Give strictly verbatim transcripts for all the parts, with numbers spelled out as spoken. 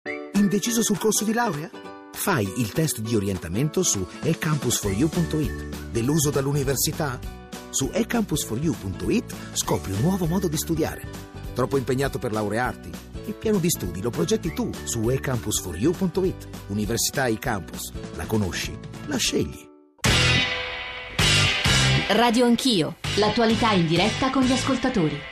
Indeciso sul corso di laurea? Fai il test di orientamento su e campus for you punto it. Deluso dall'università? Su e campus for you punto it scopri un nuovo modo di studiare. Troppo impegnato per laurearti? Il piano di studi lo progetti tu su e campus for you punto it. Università eCampus. La conosci? La scegli. Radio Anch'io. L'attualità in diretta con gli ascoltatori.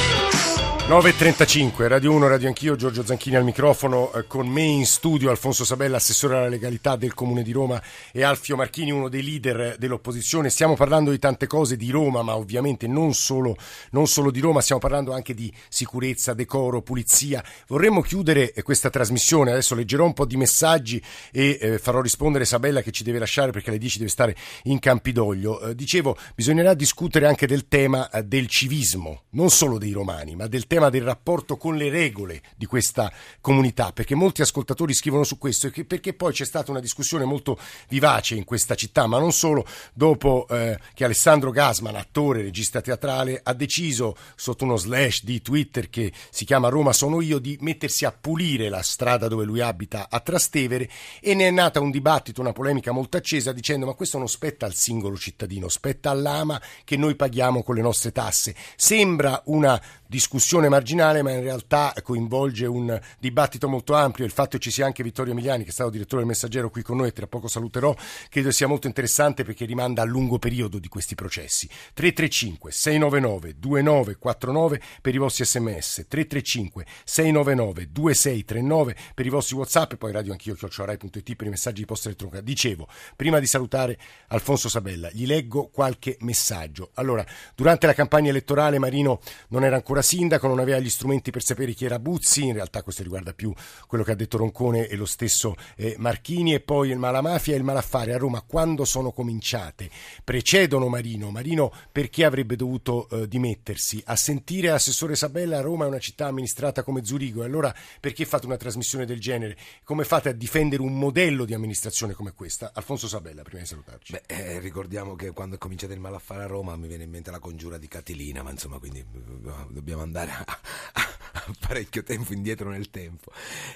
nove e trentacinque, Radio uno, Radio Anch'io, Giorgio Zanchini al microfono, eh, con me in studio Alfonso Sabella, assessore alla legalità del Comune di Roma, e Alfio Marchini, uno dei leader dell'opposizione. Stiamo parlando di tante cose di Roma, ma ovviamente non solo, non solo di Roma, stiamo parlando anche di sicurezza, decoro, pulizia. Vorremmo chiudere questa trasmissione, adesso leggerò un po' di messaggi e eh, farò rispondere Sabella, che ci deve lasciare perché alle dieci deve stare in Campidoglio. Eh, dicevo, bisognerà discutere anche del tema eh, del civismo, non solo dei romani, ma del tema tema del rapporto con le regole di questa comunità, perché molti ascoltatori scrivono su questo, e perché poi c'è stata una discussione molto vivace in questa città, ma non solo, dopo eh, che Alessandro Gasman, attore, regista teatrale, ha deciso sotto uno slash di Twitter che si chiama Roma sono io, di mettersi a pulire la strada dove lui abita a Trastevere, e ne è nata un dibattito, una polemica molto accesa, dicendo: ma questo non spetta al singolo cittadino, spetta all'ama che noi paghiamo con le nostre tasse. Sembra una discussione marginale, ma in realtà coinvolge un dibattito molto ampio. Il fatto che ci sia anche Vittorio Emiliani, che è stato direttore del Messaggero, qui con noi, e tra poco saluterò, credo sia molto interessante perché rimanda al lungo periodo di questi processi. tre tre cinque sei nove nove due nove quattro nove per i vostri sms, tre tre cinque sei nove nove due sei tre nove per i vostri WhatsApp, e poi radio anch'io chiocciola rai punto it per i messaggi di posta elettronica. Dicevo, prima di salutare Alfonso Sabella, gli leggo qualche messaggio. Allora, durante la campagna elettorale Marino non era ancora sindaco, non aveva gli strumenti per sapere chi era Buzzi, in realtà questo riguarda più quello che ha detto Roncone e lo stesso eh, Marchini. E poi il malamafia e il malaffare a Roma quando sono cominciate precedono Marino. Marino perché avrebbe dovuto eh, dimettersi? A sentire assessore Sabella, Roma è una città amministrata come Zurigo, e allora perché fate una trasmissione del genere? Come fate a difendere un modello di amministrazione come questa? Alfonso Sabella, prima di salutarci. Beh, eh, ricordiamo che quando è cominciato il malaffare a Roma mi viene in mente la congiura di Catilina, ma insomma, quindi dobbiamo andare a, a, a parecchio tempo indietro nel tempo.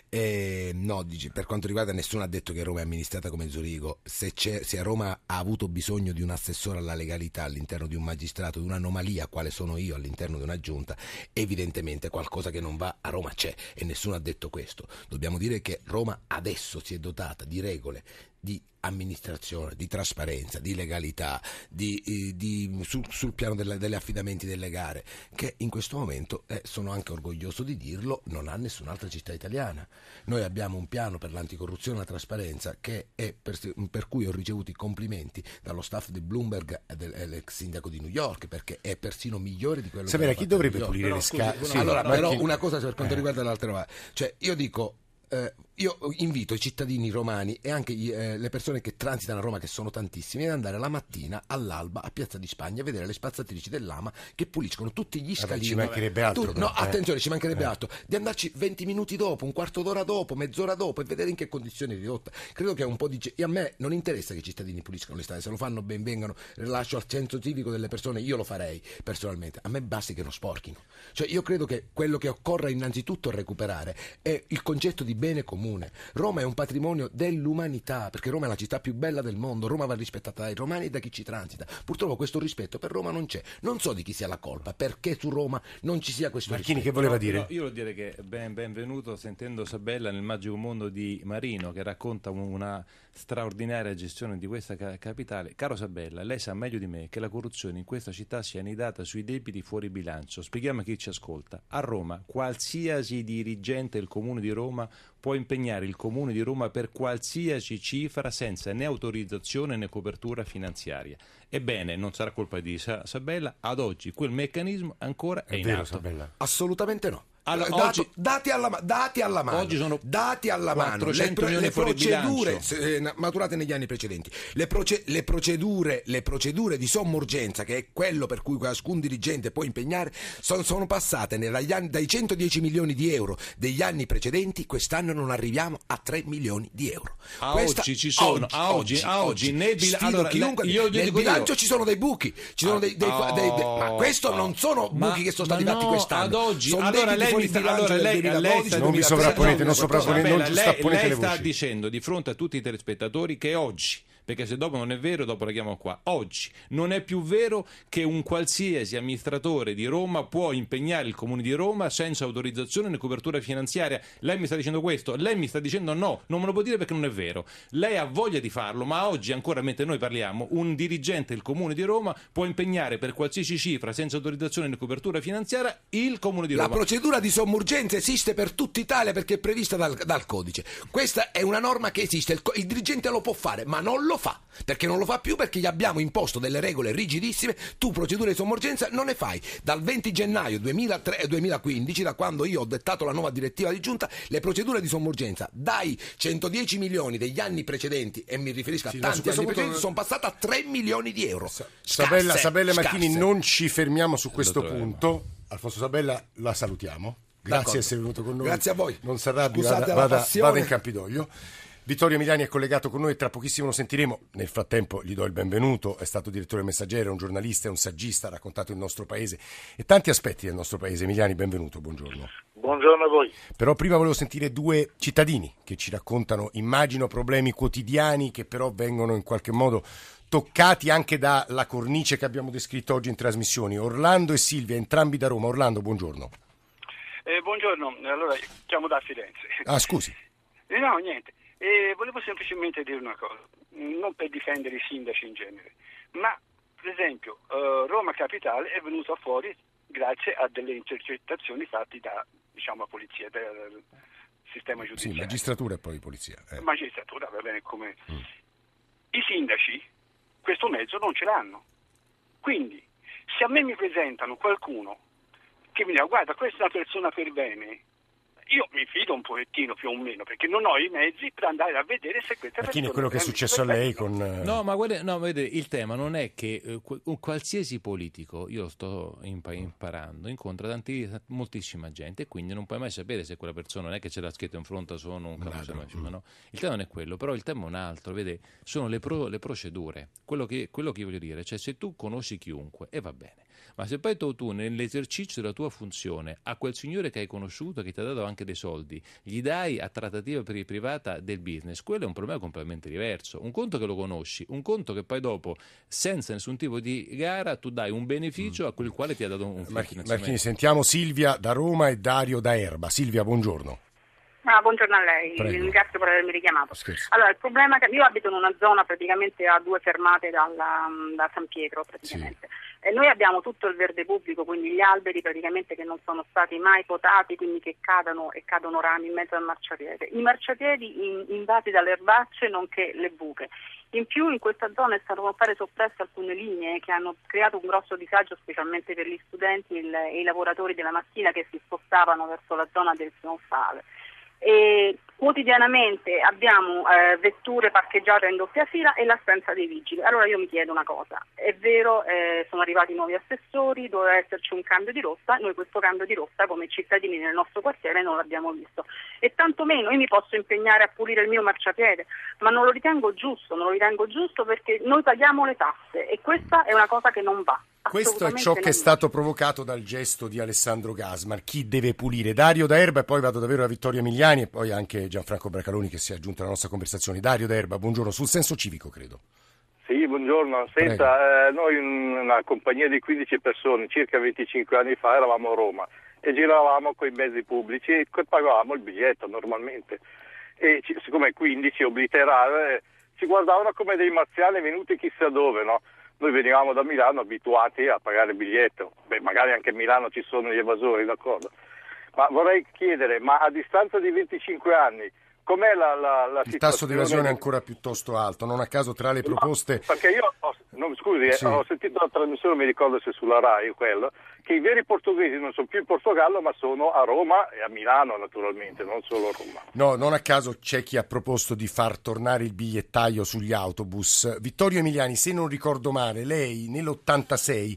E, no, dice, per quanto riguarda, nessuno ha detto che Roma è amministrata come Zurigo. Se, c'è, se a Roma ha avuto bisogno di un assessore alla legalità all'interno di un magistrato, di un'anomalia quale sono io all'interno di una giunta, evidentemente qualcosa che non va a Roma c'è, e nessuno ha detto questo. Dobbiamo dire che Roma adesso si è dotata di regole di amministrazione, di trasparenza, di legalità, di, di, sul, sul piano delle, delle affidamenti delle gare, che in questo momento, eh, sono anche orgoglioso di dirlo, non ha nessun'altra città italiana. Noi abbiamo un piano per l'anticorruzione e la trasparenza che è per, per cui ho ricevuto i complimenti dallo staff di Bloomberg e dell'ex sindaco di New York, perché è persino migliore di quello Sapere, che chi dovrebbe pulire le scale? Sì, allora, però una cosa per quanto eh. riguarda l'altra roba, cioè io dico, eh, io invito i cittadini romani e anche gli, eh, le persone che transitano a Roma, che sono tantissimi, ad andare la mattina all'alba a Piazza di Spagna a vedere le spazzatrici dell'Ama che puliscono tutti gli scalini. Ci mancherebbe altro. Tu, però, no, eh. attenzione, ci mancherebbe eh. altro. Di andarci venti minuti dopo, un quarto d'ora dopo, mezz'ora dopo, e vedere in che condizioni è ridotta. Credo che è un po' di... E a me non interessa che i cittadini puliscano le strade, se lo fanno ben vengano, rilascio al senso civico delle persone, io lo farei personalmente. A me basti che non sporchino. Cioè io credo che quello che occorra innanzitutto recuperare è il concetto di bene comune. Roma è un patrimonio dell'umanità, perché Roma è la città più bella del mondo, Roma va rispettata dai romani e da chi ci transita. Purtroppo questo rispetto per Roma non c'è. Non so di chi sia la colpa, perché su Roma non ci sia questo Marchini, rispetto. che voleva no, dire? No, io voglio dire che ben, benvenuto sentendo Sabella nel magico mondo di Marino, che racconta una straordinaria gestione di questa ca- capitale. Caro Sabella, lei sa meglio di me che la corruzione in questa città sia annidata sui debiti fuori bilancio. Spieghiamo a chi ci ascolta. A Roma qualsiasi dirigente del Comune di Roma può impegnare il Comune di Roma per qualsiasi cifra senza né autorizzazione né copertura finanziaria. Ebbene, non sarà colpa di Sabella, ad oggi quel meccanismo ancora è, è in vero, atto. Sabella? Assolutamente no. Allora, Dato, oggi, dati, alla, dati alla mano, oggi sono dati alla mano le, pro, le procedure eh, maturate negli anni precedenti, le, proce, le, procedure, le procedure di somma urgenza, che è quello per cui ciascun dirigente può impegnare, sono, sono passate negli anni, dai centodieci milioni di euro degli anni precedenti. Quest'anno non arriviamo a tre milioni di euro. A Questa, oggi ci sono, oggi, a oggi, oggi, a oggi, nel, bil- allora, chiunque, io nel bilancio io. ci sono dei buchi, ci sono dei, dei, oh, dei, dei, ma questo oh, non sono buchi ma, che sono stati no, fatti quest'anno. Ad oggi, sono allora lei previsioni di bilancio allora, del lei, duemiladodici, non vi sovrapponete, non sovrapponete, non lei, giustapponete lei le sta voci. dicendo di fronte a tutti i telespettatori che oggi, perché se dopo non è vero, dopo la chiamo qua, oggi non è più vero che un qualsiasi amministratore di Roma può impegnare il Comune di Roma senza autorizzazione né copertura finanziaria. Lei mi sta dicendo questo? Lei mi sta dicendo no, non me lo può dire perché non è vero. Lei ha voglia di farlo, ma oggi ancora, mentre noi parliamo, un dirigente del Comune di Roma può impegnare per qualsiasi cifra senza autorizzazione né copertura finanziaria il Comune di Roma. La procedura di sommergenza esiste per tutta Italia perché è prevista dal, dal codice. Questa è una norma che esiste, il, il dirigente lo può fare, ma non lo fa, perché non lo fa più, perché gli abbiamo imposto delle regole rigidissime. Tu procedure di sommergenza non ne fai. Dal venti gennaio duemilatré, duemilaquindici, da quando io ho dettato la nuova direttiva di giunta, le procedure di sommergenza dai centodieci milioni degli anni precedenti, e mi riferisco a Sì, tanti no, su anni questo precedenti, punto... sono passate a tre milioni di euro. Sa- Scarse, Sabella, Sabella e Marchini, scarse. non ci fermiamo su questo Dottor punto. Alfonso Sabella, la salutiamo. Grazie D'accordo. di essere venuto con noi. Grazie a voi. Non si arrabbi, Scusate vada, la vada, passione. vada in Campidoglio. Vittorio Emiliani è collegato con noi, tra pochissimo lo sentiremo. Nel frattempo gli do il benvenuto, è stato direttore del Messaggero, è un giornalista, è un saggista, ha raccontato il nostro paese e tanti aspetti del nostro paese. Emiliani, benvenuto, buongiorno. Buongiorno a voi. Però prima volevo sentire due cittadini che ci raccontano, immagino, problemi quotidiani che però vengono in qualche modo toccati anche dalla cornice che abbiamo descritto oggi in trasmissioni. Orlando e Silvia, entrambi da Roma. Orlando, buongiorno. Eh, buongiorno, allora chiamo da Firenze. Ah, scusi. Eh, no, niente. Eh, volevo semplicemente dire una cosa, non per difendere i sindaci in genere, ma per esempio eh, Roma Capitale è venuta fuori grazie a delle intercettazioni fatte da, diciamo, la polizia, del sistema Sì, giudiziario. magistratura e poi polizia. Eh. Magistratura, va bene come... Mm. I sindaci questo mezzo non ce l'hanno. Quindi, se a me mi presentano qualcuno che mi dice guarda, questa è una persona per bene, io mi fido un pochettino più o meno, perché non ho i mezzi per andare a vedere se questa Marchini, persona è quello che è successo a lei con... eh, No, ma guarda, no, vede, il tema non è che eh, un qualsiasi politico, io lo sto impa- imparando, incontra tanti, moltissima gente e quindi non puoi mai sapere se quella persona non è che c'è la scritta in fronte, sono un capo, ma no. Il tema non è quello, però il tema è un altro, vede, sono le, pro- le procedure. Quello che, quello che io voglio dire, cioè se tu conosci chiunque, e va bene, ma se poi tu, tu nell'esercizio della tua funzione a quel signore che hai conosciuto, che ti ha dato anche dei soldi, gli dai a trattativa pri- privata del business, quello è un problema completamente diverso. Un conto che lo conosci, un conto che poi dopo, senza nessun tipo di gara, tu dai un beneficio a quel quale ti ha dato un Marchini, finanziamento. Marchini, sentiamo Silvia da Roma e Dario da Erba. Silvia, buongiorno. Ah, buongiorno a lei, Prego. ringrazio per avermi richiamato. Scherzo. Allora, il problema è che io abito in una zona praticamente a due fermate dalla, da San Pietro praticamente. E noi abbiamo tutto il verde pubblico, quindi gli alberi praticamente che non sono stati mai potati, quindi che cadono e cadono rami in mezzo al marciapiede. I marciapiedi in, invasi dalle erbacce nonché le buche. In più in questa zona è stato fare soppresse alcune linee che hanno creato un grosso disagio specialmente per gli studenti e, il, e i lavoratori della mattina che si spostavano verso la zona del trionfale. E quotidianamente abbiamo eh, vetture parcheggiate in doppia fila e l'assenza dei vigili. Allora io mi chiedo una cosa, è vero, eh, sono arrivati nuovi assessori, doveva esserci un cambio di rotta, noi questo cambio di rotta come cittadini nel nostro quartiere non l'abbiamo visto e tantomeno io mi posso impegnare a pulire il mio marciapiede, ma non lo ritengo giusto, non lo ritengo giusto perché noi paghiamo le tasse e questa è una cosa che non va. Questo è ciò che è stato provocato dal gesto di Alessandro Gasmar. Chi deve pulire? Dario da Erba, e poi vado davvero a Vittorio Emiliani e poi anche Gianfranco Bracaloni che si è aggiunto alla nostra conversazione. Dario da Erba, buongiorno, sul senso civico credo. Sì, buongiorno. Senta, eh, noi una compagnia di quindici persone, circa venticinque anni fa, eravamo a Roma e giravamo con i mezzi pubblici e pagavamo il biglietto normalmente. E ci, siccome quindici obliterare, ci guardavano come dei marziani venuti chissà dove, no? Noi venivamo da Milano abituati a pagare il biglietto. Beh, magari anche a Milano ci sono gli evasori, d'accordo. Ma vorrei chiedere, ma a distanza di venticinque anni, com'è la, la, la Il situazione? tasso di evasione è ancora piuttosto alto, non a caso tra le proposte... No, perché io, ho, no, scusi, Sì. eh, ho sentito la trasmissione, mi ricordo se sulla Rai, quello, che i veri portoghesi non sono più in Portogallo, ma sono a Roma e a Milano, naturalmente, non solo a Roma. No, non a caso c'è chi ha proposto di far tornare il bigliettaio sugli autobus. Vittorio Emiliani, se non ricordo male, lei nell'ottantasei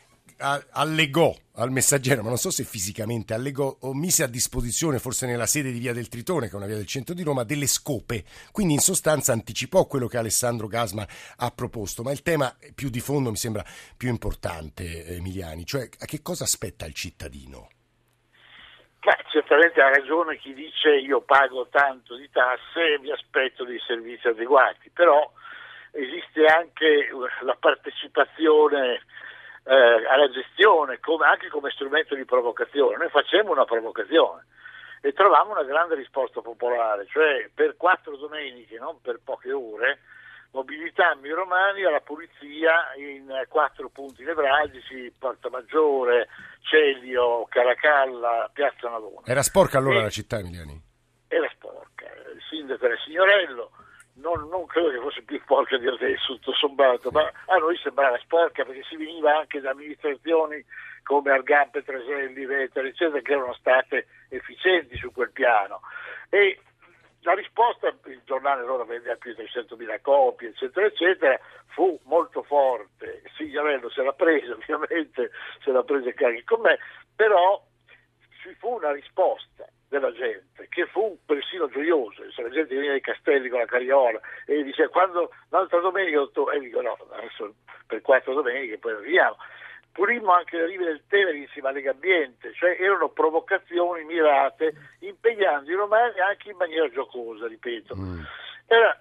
allegò al Messaggero, ma non so se fisicamente allegò, o mise a disposizione, forse nella sede di Via del Tritone, che è una via del centro di Roma, delle scope. Quindi in sostanza anticipò quello che Alessandro Gasmar ha proposto. Ma il tema più di fondo mi sembra più importante, Emiliani, cioè a che cosa aspetta il cittadino? Beh, certamente ha ragione chi dice io pago tanto di tasse e mi aspetto dei servizi adeguati, però esiste anche la partecipazione eh, alla gestione come, anche come strumento di provocazione. Noi facemmo una provocazione e trovammo una grande risposta popolare, cioè per quattro domeniche, non per poche ore, mobilitammo i romani alla pulizia in quattro punti nevralgici: Porta Maggiore, Celio, Caracalla, Piazza Navona. Era sporca allora e, la città, Emiliani? Era sporca, il sindaco era Signorello, non, non credo che fosse più sporca di adesso, tutto sommato, ma a noi sembrava sporca perché si veniva anche da amministrazioni come Argampe, Treselli, Veteri, eccetera, che erano state efficienti su quel piano. E la risposta, il giornale allora vendeva più di trecentomila copie, eccetera, eccetera, fu molto forte. Signorello se l'ha presa, ovviamente, se l'ha presa carichi con me, però ci fu una risposta della gente che fu persino gioiosa. Se la gente veniva ai castelli con la carriola e dice quando l'altra domenica, e dico no, adesso per quattro domeniche poi arriviamo. Pulimmo anche le rive del Tevere insieme alle Legambiente, cioè erano provocazioni mirate, impegnando i romani anche in maniera giocosa, ripeto. Mm. Era,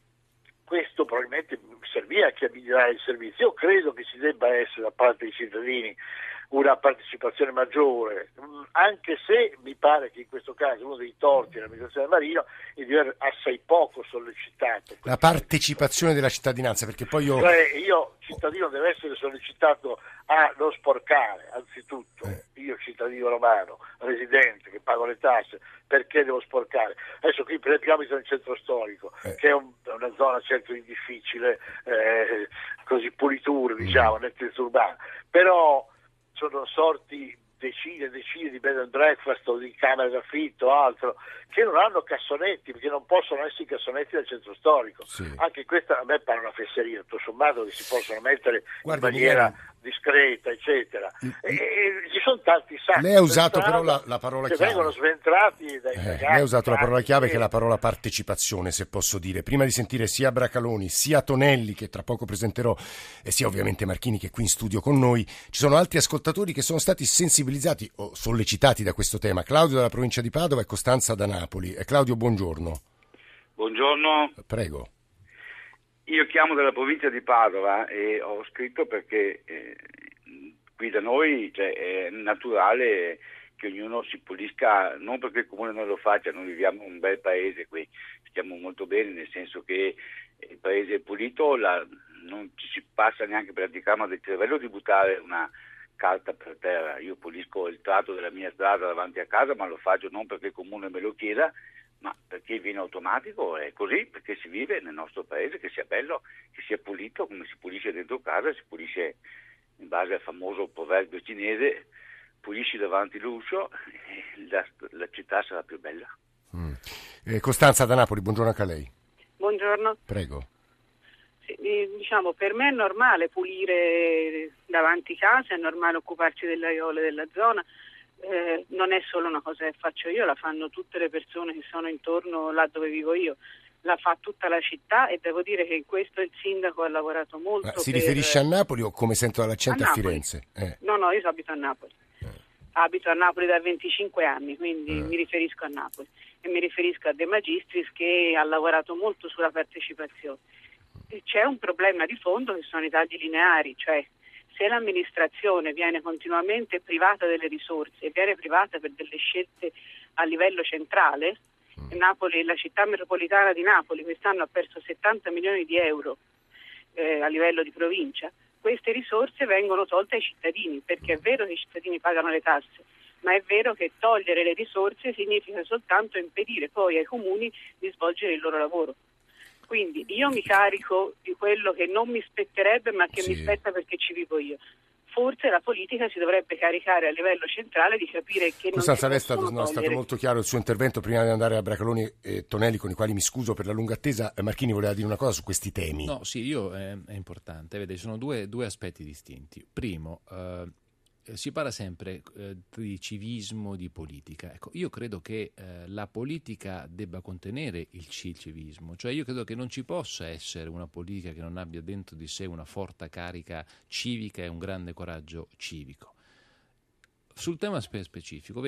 questo probabilmente serviva anche a migliorare il servizio. Io credo che ci debba essere da parte dei cittadini una partecipazione maggiore, anche se mi pare che in questo caso uno dei torti dell'amministrazione del Marino è di aver assai poco sollecitato la partecipazione della cittadinanza, perché poi io... Cioè io cittadino deve essere sollecitato a non sporcare, anzitutto eh. io cittadino romano, residente, che pago le tasse, perché devo sporcare? Adesso qui per esempio abito nel centro storico, eh. che è un, una zona certo di difficile eh, così pulitura, diciamo, mm. nel senso urbano, però sono sorti decine e decine di bed and breakfast o di camere d'affitto o altro che non hanno cassonetti, perché non possono essere i cassonetti del centro storico. Sì. Anche questa a me pare una fesseria, tutto sommato, che si possono mettere Guardi, in maniera Miguel, discreta, eccetera. Mm, e, e ci sono tanti sacchi. Lei ha usato però la, la parola che chiave. vengono sventrati dai eh, ragazzi. Lei ha usato la parola chiave che è la parola partecipazione, se posso dire. Prima di sentire sia Bracaloni, sia Tonelli, che tra poco presenterò, e sia ovviamente Marchini, che è qui in studio con noi, ci sono altri ascoltatori che sono stati sensibilizzati o sollecitati da questo tema. Claudio dalla provincia di Padova e Costanza da Napoli. Eh, Claudio, buongiorno. Buongiorno. Prego. Io chiamo dalla provincia di Padova e ho scritto perché eh, qui da noi cioè, è naturale che ognuno si pulisca, non perché il comune non lo faccia, noi viviamo in un bel paese qui, stiamo molto bene, nel senso che il paese è pulito, la, non ci si passa neanche per la cama del cervello di buttare una carta per terra. Io pulisco il tratto della mia strada davanti a casa, ma lo faccio non perché il comune me lo chieda, ma perché viene automatico, è così, perché si vive nel nostro paese, che sia bello, che sia pulito, come si pulisce dentro casa, si pulisce in base al famoso proverbio cinese, pulisci davanti l'uscio e la, la città sarà più bella. Mm. Eh, Costanza da Napoli, buongiorno anche a lei. Buongiorno. Prego. Sì, diciamo, per me è normale pulire davanti casa, è normale occuparci delle aiole della zona. Eh, non è solo una cosa che faccio io, la fanno tutte le persone che sono intorno là dove vivo io, la fa tutta la città e devo dire che in questo il sindaco ha lavorato molto. Ma si per... riferisce a Napoli o, come sento dall'accento, a, a Firenze? Eh. No, no, io abito a Napoli. Eh. Abito a Napoli da venticinque anni, quindi eh. mi riferisco a Napoli e mi riferisco a De Magistris che ha lavorato molto sulla partecipazione. E c'è un problema di fondo che sono i tagli lineari, cioè se l'amministrazione viene continuamente privata delle risorse e viene privata per delle scelte a livello centrale, Napoli, la città metropolitana di Napoli quest'anno ha perso settanta milioni di euro eh, a livello di provincia, queste risorse vengono tolte ai cittadini, perché è vero che i cittadini pagano le tasse, ma è vero che togliere le risorse significa soltanto impedire poi ai comuni di svolgere il loro lavoro. Quindi io mi carico di quello che non mi spetterebbe ma che sì. mi spetta perché ci vivo io. Forse la politica si dovrebbe caricare a livello centrale di capire che Costanza, non si possono togliere. È stato molto chiaro il suo intervento. Prima di andare a Bracaloni e Tonelli, con i quali mi scuso per la lunga attesa, Marchini voleva dire una cosa su questi temi. No, sì, io eh, è importante. Vede, ci sono due, due aspetti distinti. Primo, eh, si parla sempre eh, di civismo, di politica. Ecco, io credo che eh, la politica debba contenere il civismo, cioè io credo che non ci possa essere una politica che non abbia dentro di sé una forte carica civica e un grande coraggio civico. Sul tema spe- specifico, vede,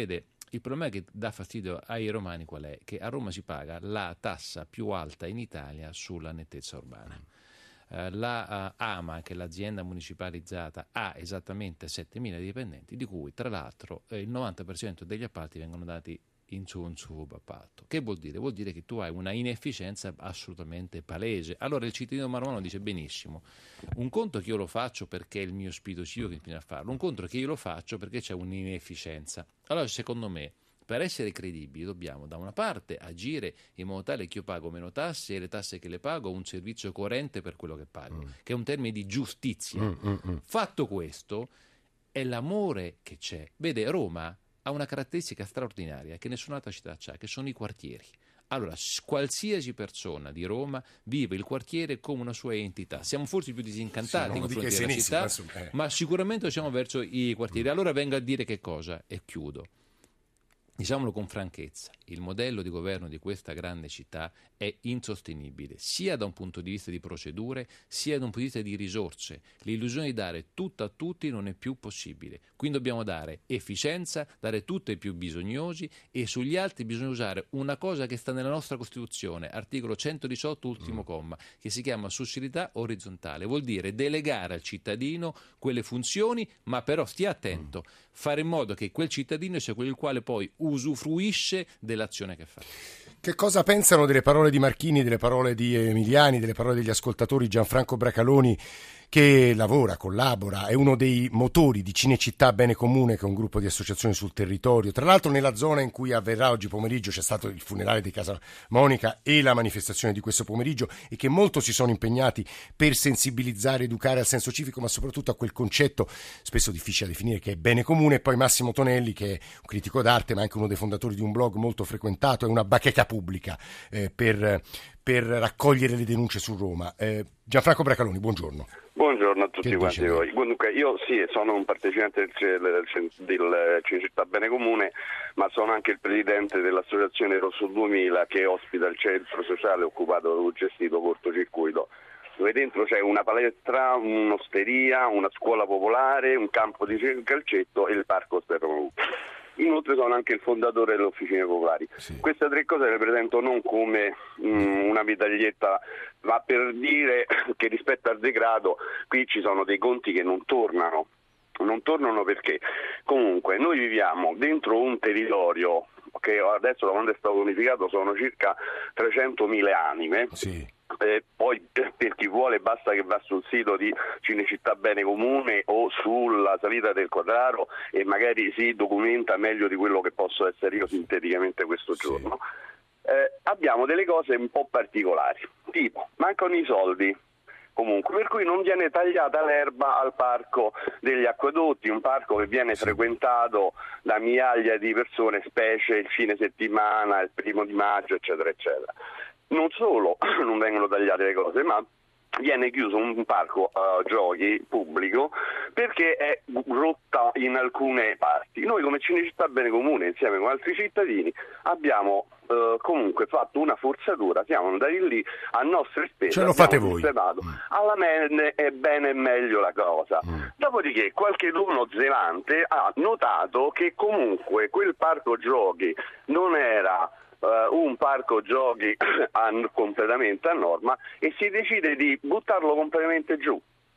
Il problema che dà fastidio ai romani qual è? Che a Roma si paga la tassa più alta in Italia sulla nettezza urbana. Uh, la uh, AMA, che è l'azienda municipalizzata, ha esattamente settemila dipendenti, di cui tra l'altro eh, il novanta per cento degli appalti vengono dati in su un subappalto. Che vuol dire? Vuol dire che tu hai una inefficienza assolutamente palese. Allora il cittadino maromano dice benissimo, un conto che io lo faccio perché è il mio spirito civico che mi viene a farlo, un conto che io lo faccio perché c'è un'inefficienza. Allora secondo me, per essere credibili dobbiamo da una parte agire in modo tale che io pago meno tasse e le tasse che le pago ho un servizio coerente per quello che pago, mm. che è un termine di giustizia. Mm, mm, mm. Fatto questo, è l'amore che c'è. Vede, Roma ha una caratteristica straordinaria che nessun'altra città ha, che sono i quartieri. Allora, qualsiasi persona di Roma vive il quartiere come una sua entità. Siamo forse più disincantati nei confronti della città, eh. ma sicuramente siamo verso i quartieri. Allora vengo a dire che cosa? E chiudo. Diciamolo con franchezza, il modello di governo di questa grande città è insostenibile, sia da un punto di vista di procedure, sia da un punto di vista di risorse. L'illusione di dare tutto a tutti non è più possibile. Quindi dobbiamo dare efficienza, dare tutto ai più bisognosi e sugli altri bisogna usare una cosa che sta nella nostra Costituzione, articolo centodiciotto, ultimo mm. comma, che si chiama sussidiarietà orizzontale. Vuol dire delegare al cittadino quelle funzioni, ma però stia attento, mm. fare in modo che quel cittadino sia quello il quale poi usufruisce dell'azione che fa. Che cosa pensano delle parole di Marchini, delle parole di Emiliani, delle parole degli ascoltatori? Gianfranco Bracaloni, che lavora, collabora, è uno dei motori di Cinecittà Bene Comune, che è un gruppo di associazioni sul territorio. Tra l'altro nella zona in cui avverrà oggi pomeriggio c'è stato il funerale di Casa Monica e la manifestazione di questo pomeriggio, e che molto si sono impegnati per sensibilizzare, educare al senso civico, ma soprattutto a quel concetto spesso difficile da definire che è bene comune. E poi Massimo Tonelli, che è un critico d'arte ma anche uno dei fondatori di un blog molto frequentato, è una bacheca pubblica eh, per, per raccogliere le denunce su Roma. Eh, Gianfranco Bracaloni, buongiorno. Buongiorno a tutti quanti voi. Comunque io sì, sono un partecipante del, del, del Cinecittà Bene Comune, ma sono anche il presidente dell'associazione Rosso duemila, che ospita il centro sociale occupato, gestito cortocircuito, dove dentro c'è una palestra, un'osteria, una scuola popolare, un campo di calcetto e il parco Sterno. Inoltre sono anche il fondatore delle officine popolari. Sì. Queste tre cose le presento non come mh, una medaglietta, ma per dire che rispetto al degrado qui ci sono dei conti che non tornano. Non tornano perché comunque noi viviamo dentro un territorio che adesso, da quando è stato unificato, sono circa trecentomila anime. Sì. Eh, poi per chi vuole basta che va sul sito di Cinecittà Bene Comune o sulla salita del Quadraro e magari si documenta meglio di quello che posso essere io sinteticamente questo giorno. Eh, abbiamo delle cose un po' particolari, tipo mancano i soldi. Comunque, per cui non viene tagliata l'erba al parco degli acquedotti, un parco che viene frequentato da migliaia di persone, specie il fine settimana, il primo di maggio, eccetera, eccetera. Non solo non vengono tagliate le cose, ma viene chiuso un parco uh, giochi pubblico perché è rotta in alcune parti. Noi come Cinecittà Bene Comune, insieme con altri cittadini, abbiamo uh, comunque fatto una forzatura, siamo andati lì a nostre spese, ce lo fate voi. Alla mente è bene e meglio la cosa. Mm. Dopodiché qualcheduno zelante ha notato che comunque quel parco giochi non era Uh, un parco giochi completamente a norma e si decide di buttarlo completamente giù,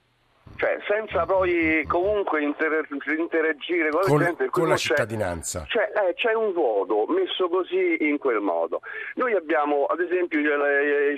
cioè senza poi comunque inter- interagire con, con la gente, con la c'è, cittadinanza. Cioè, eh, c'è un vuoto messo così in quel modo. Noi abbiamo ad esempio gli,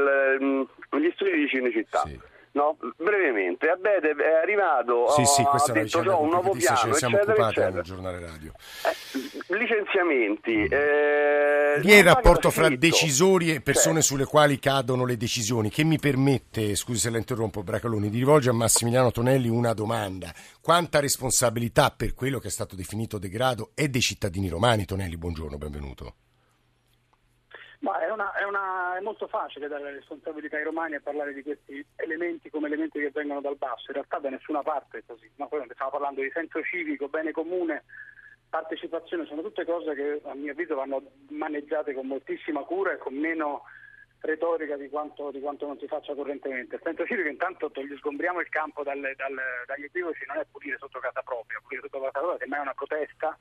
gli studi di Cinecittà. Sì. No, brevemente, Abete è arrivato, sì, sì, ha detto c'ho un nuovo piano, ce ne siamo eccetera, occupati eccetera. al giornale radio. Eh, licenziamenti. Mm. Eh, Lì è il rapporto fra decisori e persone certo. sulle quali cadono le decisioni, che mi permette, scusi se la interrompo Bracaloni, di rivolgere a Massimiliano Tonelli una domanda. Quanta responsabilità per quello che è stato definito degrado è dei cittadini romani? Tonelli, buongiorno, benvenuto. Ma è, una, è, una, è molto facile dare la responsabilità ai romani e parlare di questi elementi come elementi che vengono dal basso. In realtà da nessuna parte è così. No? Poi stiamo parlando di senso civico, bene comune, partecipazione, sono tutte cose che a mio avviso vanno maneggiate con moltissima cura e con meno retorica di quanto, di quanto non si faccia correntemente. Il senso civico intanto togli, sgombriamo il campo dalle, dalle, dagli equivoci, non è pulire sotto casa propria, pulire sotto casa propria semmai è una protesta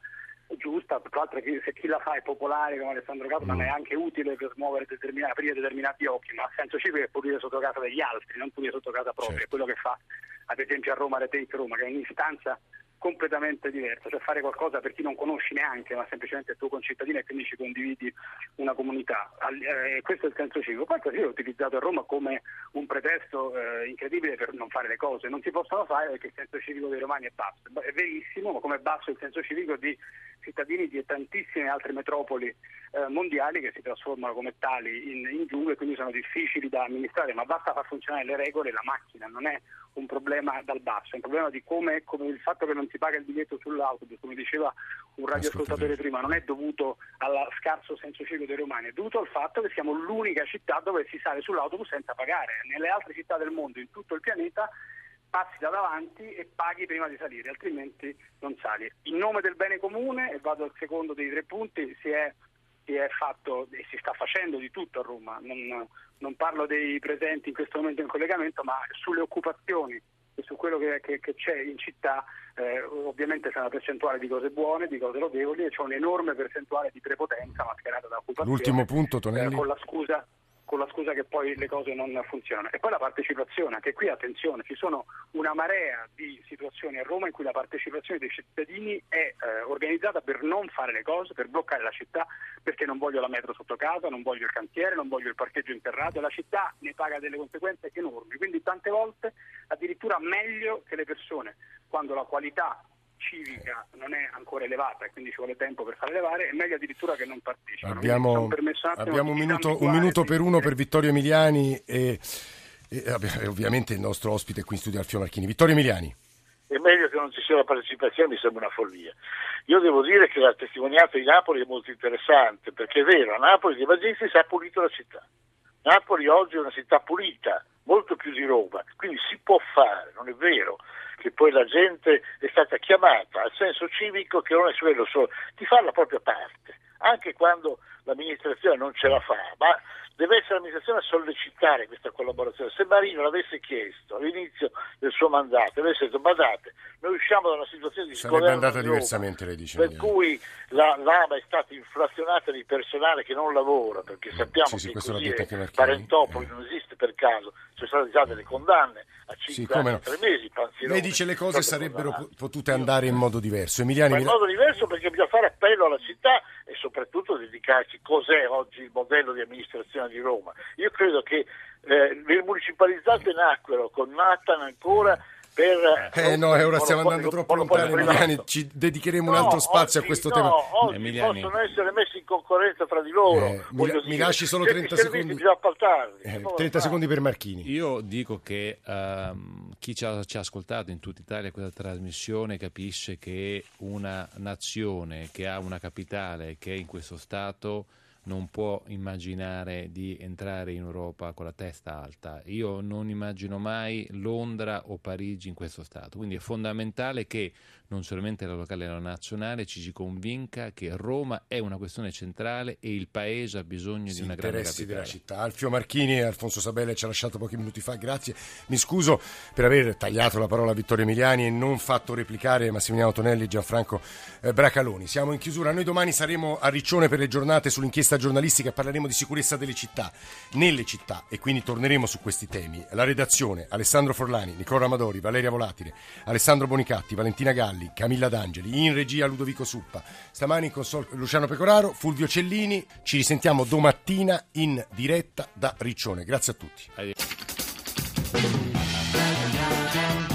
giusta, tra l'altro se chi la fa è popolare come Alessandro Cato, ma mm. è anche utile per muovere determinati, aprire determinati occhi, ma a senso civico è pulire sotto casa degli altri, non pulire sotto casa propria, certo. È quello che fa ad esempio a Roma Retake Roma, che è un'istanza completamente diversa, cioè fare qualcosa per chi non conosci neanche, ma semplicemente il tuo concittadino e quindi ci condividi una comunità. Eh, questo è il senso civico. Poi così è utilizzato a Roma come un pretesto eh, incredibile per non fare le cose. Non si possono fare perché il senso civico dei romani è basso. È verissimo, ma come è basso il senso civico di cittadini di tantissime altre metropoli eh, mondiali che si trasformano come tali in, in giungle e quindi sono difficili da amministrare, ma basta far funzionare le regole e la macchina, non è un problema dal basso, è un problema di come, come il fatto che non si paga il biglietto sull'autobus, come diceva un radioascoltatore prima, non è dovuto al scarso senso civico dei romani, è dovuto al fatto che siamo l'unica città dove si sale sull'autobus senza pagare. Nelle altre città del mondo, in tutto il pianeta, passi da davanti e paghi prima di salire, altrimenti non sali. In nome del bene comune, e vado al secondo dei tre punti, si è, si è fatto e si sta facendo di tutto a Roma. Non, non parlo dei presenti in questo momento in collegamento, ma sulle occupazioni e su quello che, che, che c'è in città, eh, ovviamente c'è una percentuale di cose buone, di cose lodevoli, e c'è un'enorme percentuale di prepotenza mascherata da occupazione. L'ultimo punto, Tonelli. Eh, con la scusa con la scusa che poi le cose non funzionano. E poi la partecipazione, anche qui attenzione, ci sono una marea di situazioni a Roma in cui la partecipazione dei cittadini è eh, organizzata per non fare le cose, per bloccare la città, perché non voglio la metro sotto casa, non voglio il cantiere, non voglio il parcheggio interrato, e la città ne paga delle conseguenze enormi. Quindi tante volte addirittura meglio che le persone, quando la qualità civica non è ancora elevata e quindi ci vuole tempo per farla elevare, è meglio addirittura che non partecipano. Abbiamo, un, abbiamo un, minuto, un minuto per uno per Vittorio Emiliani e, e, e ovviamente il nostro ospite qui in studio Alfio Marchini. Vittorio Emiliani. È meglio che non ci sia la partecipazione, mi sembra una follia. Io devo dire che la testimonianza di Napoli è molto interessante, perché è vero, a Napoli De Magistris ha pulito la città. Napoli oggi è una città pulita, molto più di Roma, quindi si può fare, non è vero che poi la gente è stata chiamata al senso civico, che non è quello solo, di fare la propria parte, anche quando l'amministrazione non ce la fa, ma deve essere l'amministrazione a sollecitare questa collaborazione. Se Marino l'avesse chiesto all'inizio del suo mandato, avesse detto, badate, noi usciamo da una situazione di sarebbe sgoverno andata di Roma, diversamente, lei dice, per cui la, l'Ama è stata inflazionata di personale che non lavora, perché sappiamo sì, sì, che così è, Parentopoli eh. non esiste per caso, ci sono state già delle condanne a cinque sì, anni no. e tre mesi. Panzirone, lei dice le cose sarebbero condannato. potute andare in modo diverso. Emiliani, Ma in modo diverso perché bisogna fare appello alla città e soprattutto dedicarci cos'è oggi il modello di amministrazione di Roma. Io credo che eh, le municipalizzate nacquero con Nathan ancora per... Eh no, ora stiamo andando troppo lontano, Emiliani, ci dedicheremo no, un altro spazio oggi, a questo no, tema. Oggi Emiliani. possono essere messi in concorrenza fra di loro. Eh, mi, la, mi lasci solo trenta secondi. Eh, trenta secondi per Marchini. Io dico che um, chi ci ha, ci ha ascoltato in tutta Italia questa trasmissione capisce che una nazione che ha una capitale che è in questo stato non può immaginare di entrare in Europa con la testa alta. Io non immagino mai Londra o Parigi in questo stato, quindi è fondamentale che non solamente la locale ma la nazionale ci si convinca che Roma è una questione centrale e il paese ha bisogno sì, di una grande capitale. Della città. Alfio Marchini e Alfonso Sabella ci ha lasciato pochi minuti fa, grazie. Mi scuso per aver tagliato la parola a Vittorio Emiliani e non fatto replicare Massimiliano Tonelli e Gianfranco eh, Bracaloni. Siamo in chiusura, noi domani saremo a Riccione per le giornate sull'inchiesta giornalistica e parleremo di sicurezza delle città, nelle città, e quindi torneremo su questi temi. La redazione: Alessandro Forlani, Nicola Amadori, Valeria Volatile, Alessandro Bonicatti, Valentina Galli, Camilla D'Angeli, in regia Ludovico Suppa, stamani in console Luciano Pecoraro, Fulvio Cellini. Ci risentiamo domattina in diretta da Riccione. Grazie a tutti. Addio.